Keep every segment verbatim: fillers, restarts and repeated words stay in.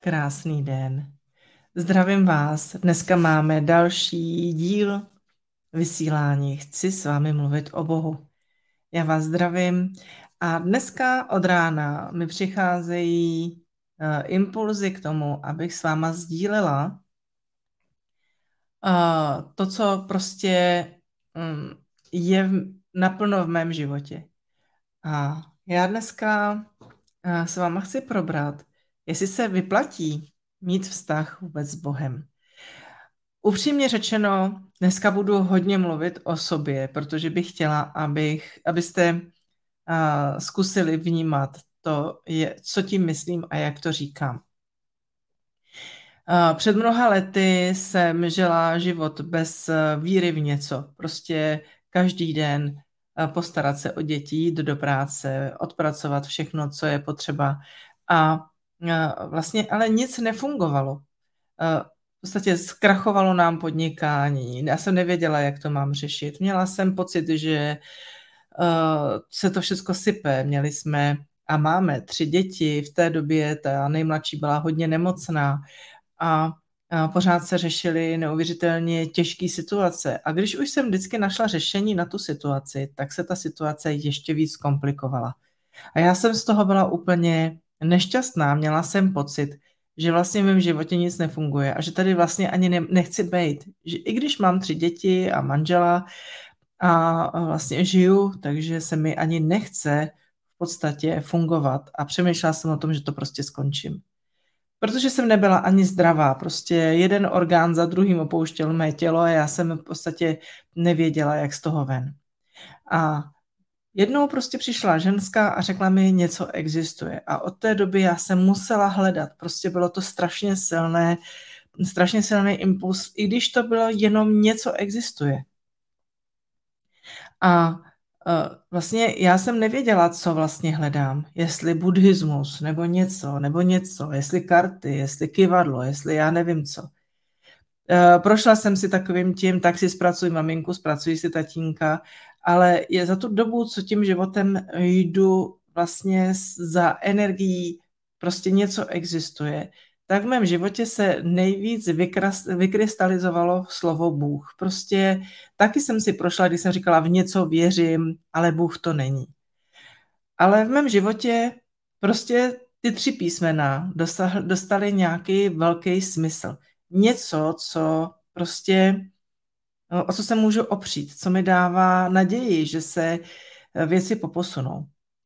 Krásný den. Zdravím vás. Dneska máme další díl vysílání. Chci s vámi mluvit o Bohu. Já vás zdravím a dneska od rána mi přicházejí uh, impulzy k tomu, abych s váma sdílela uh, to, co prostě um, je v, naplno v mém životě. A já dneska uh, s váma chci probrat, jestli se vyplatí mít vztah vůbec s Bohem. Upřímně řečeno, dneska budu hodně mluvit o sobě, protože bych chtěla, abych, abyste uh, zkusili vnímat to, je, co tím myslím a jak to říkám. Uh, před mnoha lety jsem žila život bez uh, víry v něco. Prostě každý den uh, postarat se o děti, jít do práce, odpracovat všechno, co je potřeba. A uh, vlastně ale nic nefungovalo. Uh, V podstatě zkrachovalo nám podnikání. Já jsem nevěděla, jak to mám řešit. Měla jsem pocit, že uh, se to všechno sype. Měli jsme a máme tři děti. V té době ta nejmladší byla hodně nemocná a, a pořád se řešily neuvěřitelně těžké situace. A když už jsem vždycky našla řešení na tu situaci, tak se ta situace ještě víc komplikovala. A já jsem z toho byla úplně nešťastná. Měla jsem pocit, že vlastně v mém životě nic nefunguje a že tady vlastně ani ne, nechci být. Že i když mám tři děti a manžela a vlastně žiju, takže se mi ani nechce v podstatě fungovat a přemýšlela jsem o tom, že to prostě skončím. Protože jsem nebyla ani zdravá, prostě jeden orgán za druhým opouštěl mé tělo a já jsem v podstatě nevěděla, jak z toho ven. A jednou prostě přišla ženská a řekla mi, něco existuje. A od té doby já jsem musela hledat. Prostě bylo to strašně silné, strašně silný impuls, i když to bylo jenom něco existuje. A uh, vlastně já jsem nevěděla, co vlastně hledám. Jestli buddhismus, nebo něco, nebo něco, jestli karty, jestli kyvadlo, jestli já nevím co. Uh, prošla jsem si takovým tím, tak si zpracuj maminku, zpracuj si tatínka, ale je za tu dobu, co tím životem jdu vlastně za energií, prostě něco existuje, tak v mém životě se nejvíc vykras, vykrystalizovalo slovo Bůh. Prostě taky jsem si prošla, když jsem říkala, v něco věřím, ale Bůh to není. Ale v mém životě prostě ty tři písmena dostaly nějaký velký smysl. Něco, co prostě, o co se můžu opřít, co mi dává naději, že se věci poposunou.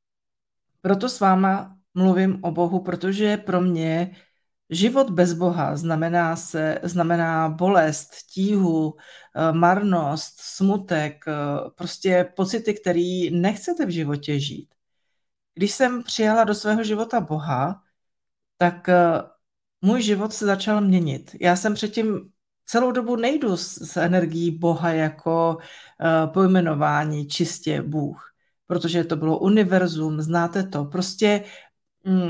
Proto s váma mluvím o Bohu, protože pro mě život bez Boha znamená, se, znamená bolest, tíhu, marnost, smutek, prostě pocity, které nechcete v životě žít. Když jsem přijala do svého života Boha, tak můj život se začal měnit. Já jsem předtím celou dobu nejdu s, s energií Boha jako uh, pojmenování čistě Bůh, protože to bylo univerzum, znáte to, prostě mm,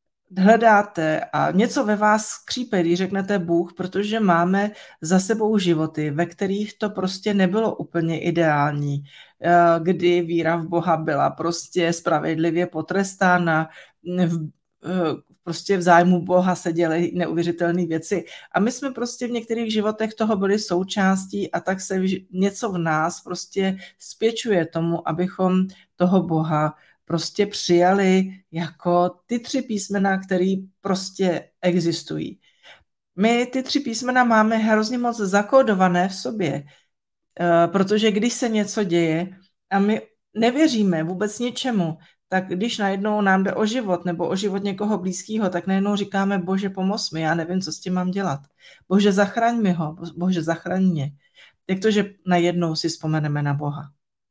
hledáte a něco ve vás skřípe, když řeknete Bůh, protože máme za sebou životy, ve kterých to prostě nebylo úplně ideální, uh, kdy víra v Boha byla prostě spravedlivě potrestána, v, uh, prostě v zájmu Boha se děly neuvěřitelné věci. A my jsme prostě v některých životech toho byli součástí a tak se něco v nás prostě spěčuje tomu, abychom toho Boha prostě přijali jako ty tři písmena, které prostě existují. My ty tři písmena máme hrozně moc zakódované v sobě, protože když se něco děje a my nevěříme vůbec ničemu, tak když najednou nám jde o život nebo o život někoho blízkého, tak najednou říkáme, Bože, pomoz mi, já nevím, co s tím mám dělat. Bože, zachraň mi ho, Bože, zachraň mě. Jak to, že najednou si vzpomeneme na Boha.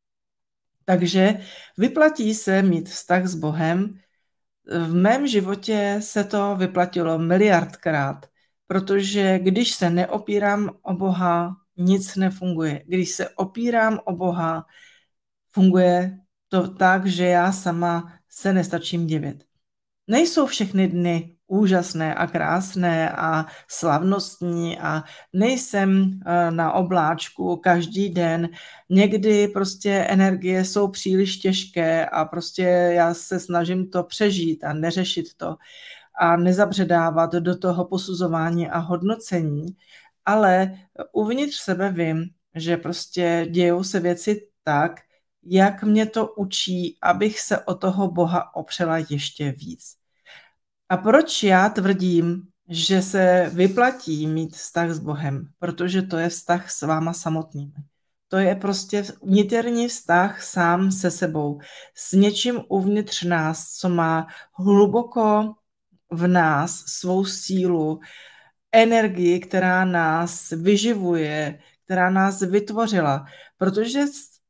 Takže vyplatí se mít vztah s Bohem. V mém životě se to vyplatilo miliardkrát, protože když se neopírám o Boha, nic nefunguje. Když se opírám o Boha, funguje to tak, že já sama se nestačím divit. Nejsou všechny dny úžasné a krásné a slavnostní a nejsem na obláčku každý den. Někdy prostě energie jsou příliš těžké a prostě já se snažím to přežít a neřešit to. a nezabředávat do toho posuzování a hodnocení, ale uvnitř sebe vím, že prostě dějou se věci tak, jak mě to učí, abych se o toho Boha opřela ještě víc. A proč já tvrdím, že se vyplatí mít vztah s Bohem? Protože to je vztah s váma samotnými. To je prostě vnitřní vztah sám se sebou, s něčím uvnitř nás, co má hluboko v nás svou sílu, energii, která nás vyživuje, která nás vytvořila. Protože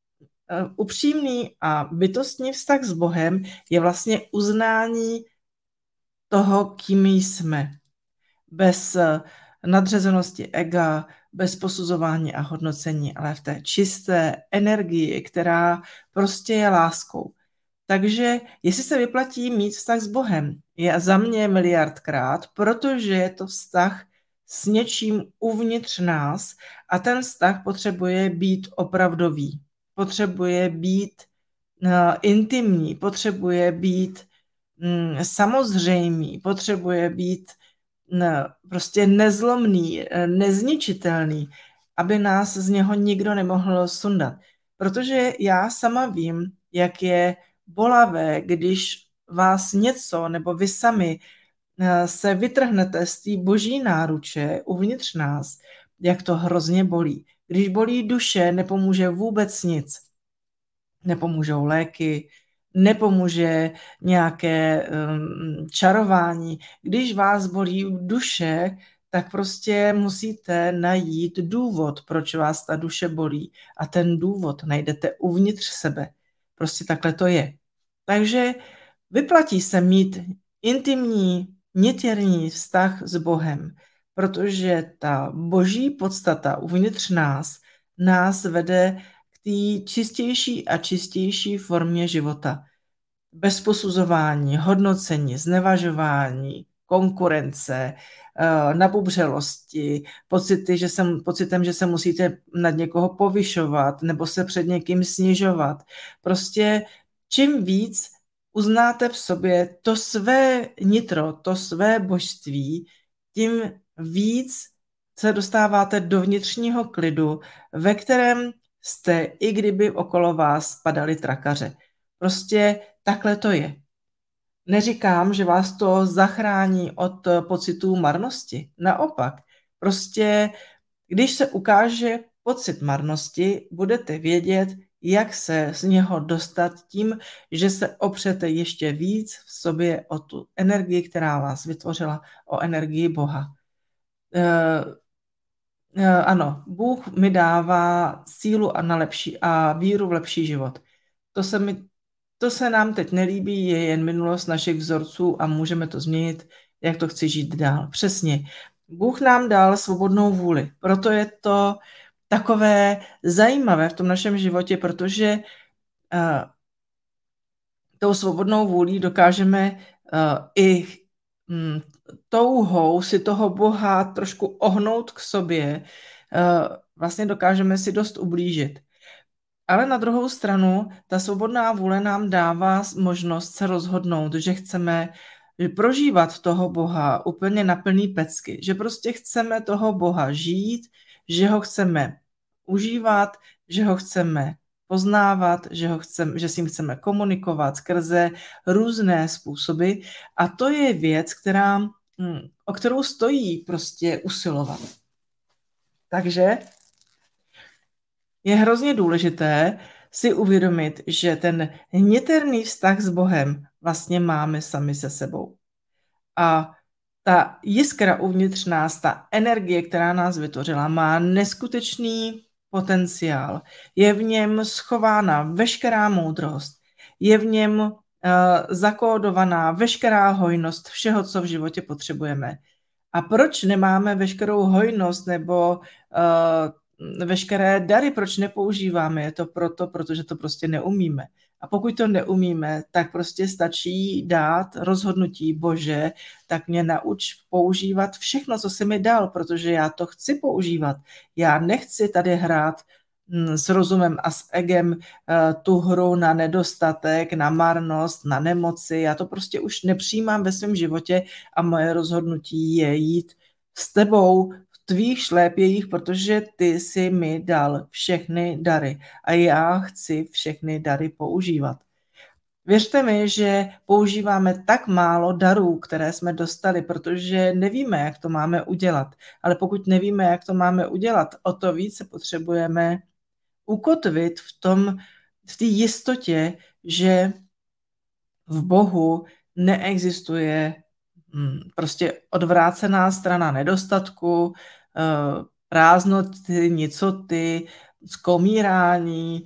upřímný a bytostný vztah s Bohem je vlastně uznání toho, kým jsme. Bez nadřazenosti ega, bez posuzování a hodnocení, ale v té čisté energii, která prostě je láskou. Takže jestli se vyplatí mít vztah s Bohem, je za mě miliardkrát, protože je to vztah s něčím uvnitř nás a ten vztah potřebuje být opravdový, potřebuje být uh, intimní, potřebuje být um, samozřejmý, potřebuje být ne, prostě nezlomný, nezničitelný, aby nás z něho nikdo nemohl sundat. Protože já sama vím, jak je bolavé, když vás něco, nebo vy sami se vytrhnete z té boží náruče uvnitř nás, jak to hrozně bolí. Když bolí duše, nepomůže vůbec nic. Nepomůžou léky, nepomůže nějaké um, čarování. Když vás bolí duše, tak prostě musíte najít důvod, proč vás ta duše bolí. A ten důvod najdete uvnitř sebe. Prostě takhle to je. Takže vyplatí se mít intimní, niterní vztah s Bohem, protože ta boží podstata uvnitř nás nás vede té čistější a čistější formě života. Bez posuzování, hodnocení, znevažování, konkurence, nabubřelosti, pocity, že se, pocitem, že se musíte nad někoho povyšovat nebo se před někým snižovat. Prostě čím víc uznáte v sobě to své nitro, to své božství, tím víc se dostáváte do vnitřního klidu, ve kterém jste, i kdyby okolo vás padaly trakaře. Prostě takhle to je. Neříkám, že vás to zachrání od pocitů marnosti. Naopak, prostě když se ukáže pocit marnosti, budete vědět, jak se z něho dostat tím, že se opřete ještě víc v sobě o tu energii, která vás vytvořila, o energii Boha. Uh, Ano, Bůh mi dává sílu a, na lepší, a víru v lepší život. To se, mi, to se nám teď nelíbí, je jen minulost našich vzorců a můžeme to změnit, jak to chci žít dál. Přesně. Bůh nám dal svobodnou vůli. Proto je to takové zajímavé v tom našem životě, protože uh, tou svobodnou vůlí dokážeme uh, i um, touhou si toho Boha trošku ohnout k sobě, vlastně dokážeme si dost ublížit. Ale na druhou stranu, ta svobodná vůle nám dává možnost se rozhodnout, že chceme prožívat toho Boha úplně na plný pecky, že prostě chceme toho Boha žít, že ho chceme užívat, že ho chceme poznávat, že, ho chceme, že s ním chceme komunikovat skrze různé způsoby a to je věc, která, o kterou stojí prostě usilovat. Takže je hrozně důležité si uvědomit, že ten niterný vztah s Bohem vlastně máme sami se sebou. A ta jiskra uvnitř nás, ta energie, která nás vytvořila, má neskutečný potenciál. Je v něm schována veškerá moudrost. Je v něm uh, zakódovaná veškerá hojnost všeho, co v životě potřebujeme. A proč nemáme veškerou hojnost nebo uh, veškeré dary, proč nepoužíváme? Je to proto, protože to prostě neumíme. A pokud to neumíme, tak prostě stačí dát rozhodnutí Bože, tak mě nauč používat všechno, co jsi mi dal, protože já to chci používat. Já nechci tady hrát s rozumem a s egem tu hru na nedostatek, na marnost, na nemoci. Já to prostě už nepřijímám ve svém životě a moje rozhodnutí je jít s tebou v tvých šlépějích, protože ty jsi mi dal všechny dary a já chci všechny dary používat. Věřte mi, že používáme tak málo darů, které jsme dostali, protože nevíme, jak to máme udělat. Ale pokud nevíme, jak to máme udělat, o to více potřebujeme ukotvit v tom, v té jistotě, že v Bohu neexistuje prostě odvrácená strana nedostatku, prázdnoty, nicoty, zkomírání,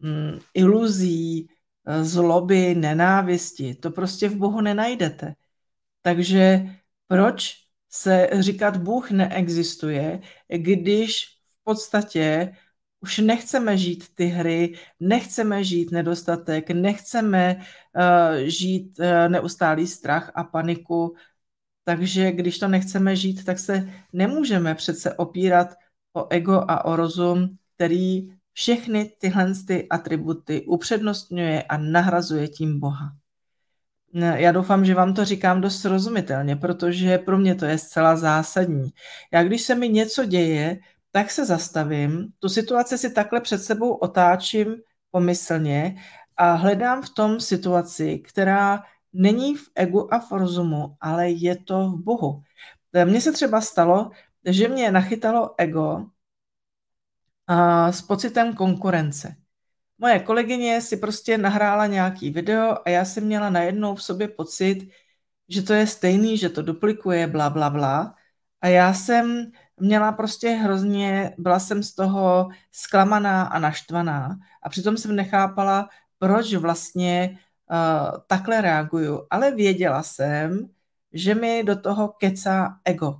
iluzí, zloby, nenávisti. To prostě v Bohu nenajdete. Takže proč se říkat Bůh neexistuje, když v podstatě už nechceme žít ty hry, nechceme žít nedostatek, nechceme uh, žít uh, neustálý strach a paniku. Takže když to nechceme žít, tak se nemůžeme přece opírat o ego a o rozum, který všechny tyhle ty atributy upřednostňuje a nahrazuje tím Boha. Já doufám, že vám to říkám dost srozumitelně, protože pro mě to je zcela zásadní. Já když se mi něco děje, tak se zastavím, tu situaci si takhle před sebou otáčím pomyslně a hledám v tom situaci, která není v egu a v rozumu, ale je to v Bohu. Mně se třeba stalo, že mě nachytalo ego a s pocitem konkurence. Moje kolegyně si prostě nahrála nějaký video a já jsem měla najednou v sobě pocit, že to je stejný, že to duplikuje, bla, bla, bla. A já jsem měla prostě hrozně, byla jsem z toho zklamaná a naštvaná. A přitom jsem nechápala, proč vlastně uh, takhle reaguju. Ale věděla jsem, že mi do toho kecá ego.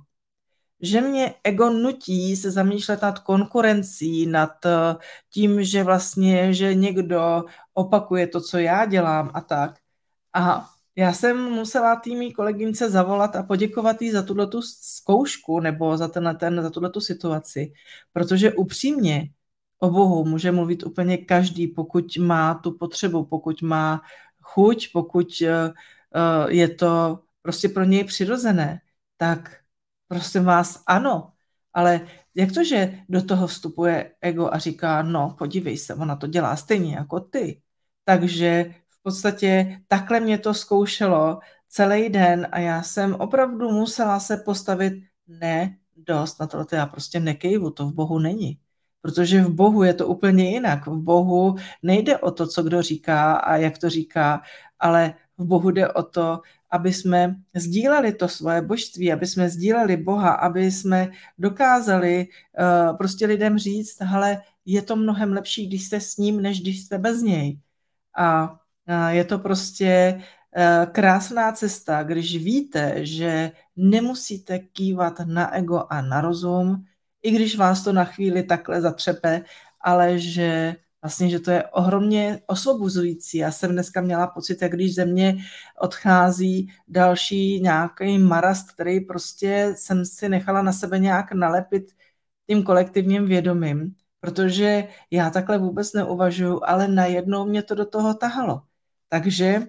Že mě ego nutí se zamýšlet nad konkurencí, nad tím, že vlastně, že někdo opakuje to, co já dělám a tak. A já jsem musela té mý kolegyňce zavolat a poděkovat jí za tuhletu zkoušku nebo za, ten, ten, za tuhletu situaci, protože upřímně o Bohu může mluvit úplně každý, pokud má tu potřebu, pokud má chuť, pokud uh, je to prostě pro něj přirozené, tak prosím vás, ano, ale jak to, že do toho vstupuje ego a říká, no podívej se, ona to dělá stejně jako ty. Takže v podstatě takhle mě to zkoušelo celý den a já jsem opravdu musela se postavit ne dost na tohle, já prostě nekejvu, to v Bohu není. Protože v Bohu je to úplně jinak. V Bohu nejde o to, co kdo říká a jak to říká, ale v Bohu jde o to, aby jsme sdíleli to svoje božství, aby jsme sdíleli Boha, aby jsme dokázali uh, prostě lidem říct, hele, je to mnohem lepší, když jste s ním, než když jste bez něj. A uh, je to prostě uh, krásná cesta, když víte, že nemusíte kývat na ego a na rozum, i když vás to na chvíli takhle zatřepe, ale že vlastně, že to je ohromně osvobozující. Já jsem dneska měla pocit, jak když ze mě odchází další nějaký marast, který prostě jsem si nechala na sebe nějak nalepit tím kolektivním vědomím, protože já takhle vůbec neuvažuju, ale najednou mě to do toho tahalo. Takže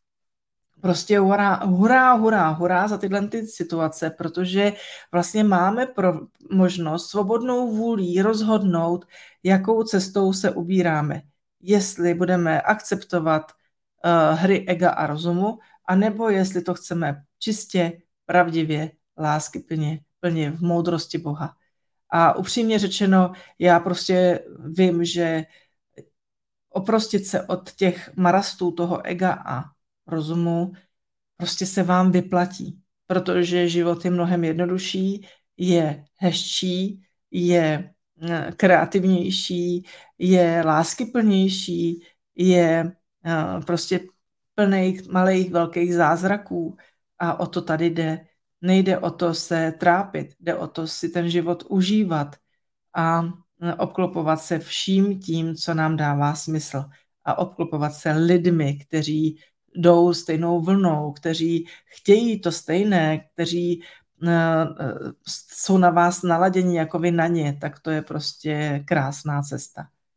prostě hurá, hurá, hurá, hurá za tyhle ty situace, protože vlastně máme pro možnost svobodnou vůlí rozhodnout, jakou cestou se ubíráme. Jestli budeme akceptovat uh, hry ega a rozumu, anebo jestli to chceme čistě, pravdivě, láskyplně, plně v moudrosti Boha. A upřímně řečeno, já prostě vím, že oprostit se od těch marastů toho ega a rozumu prostě se vám vyplatí, protože život je mnohem jednodušší, je hezčí, je kreativnější, je láskyplnější, je prostě plný malých velkých zázraků a o to tady jde. Nejde o to se trápit, jde o to si ten život užívat a obklopovat se vším tím, co nám dává smysl a obklopovat se lidmi, kteří jdou stejnou vlnou, kteří chtějí to stejné, kteří uh, jsou na vás naladěni jako vy na ně, tak to je prostě krásná cesta.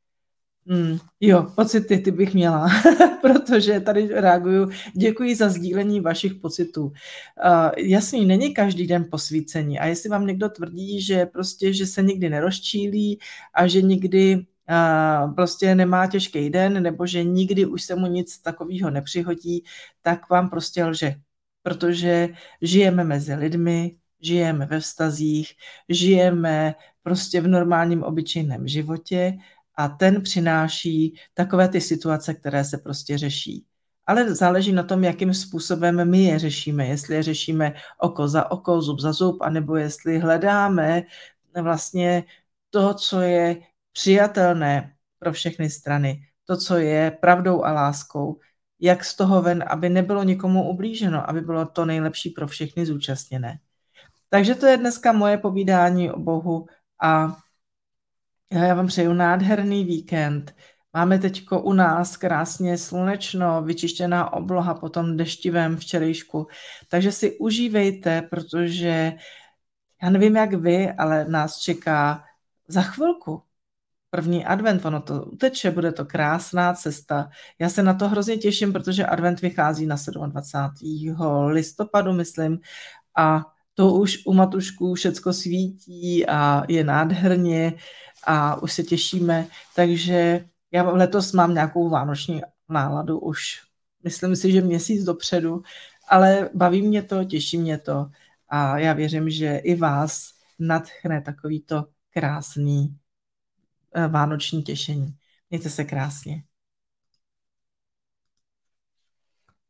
Mm, jo, pocity ty bych měla, protože tady reaguju. Děkuji za sdílení vašich pocitů. Uh, jasný, není každý den posvícení a jestli vám někdo tvrdí, že prostě, že se nikdy nerozčílí a že nikdy uh, prostě nemá těžký den nebo že nikdy už se mu nic takového nepřihodí, tak vám prostě lže. Protože žijeme mezi lidmi, žijeme ve vztazích, žijeme prostě v normálním obyčejném životě a ten přináší takové ty situace, které se prostě řeší. Ale záleží na tom, jakým způsobem my je řešíme. Jestli je řešíme oko za oko, zub za zub, anebo jestli hledáme vlastně to, co je přijatelné pro všechny strany, to, co je pravdou a láskou, jak z toho ven, aby nebylo nikomu ublíženo, aby bylo to nejlepší pro všechny zúčastněné. Takže to je dneska moje povídání o Bohu a já vám přeju nádherný víkend. Máme teďko u nás krásně slunečno, vyčištěná obloha po tom deštivém včerejšku. Takže si užívejte, protože já nevím, jak vy, ale nás čeká za chvilku první advent, ono to uteče, bude to krásná cesta. Já se na to hrozně těším, protože advent vychází na dvacátého sedmého listopadu, myslím, a to už u Matušků všecko svítí a je nádherně a už se těšíme, takže já letos mám nějakou vánoční náladu už, myslím si, že měsíc dopředu, ale baví mě to, těší mě to a já věřím, že i vás nadchne takovýto krásný vánoční těšení. Mějte se krásně.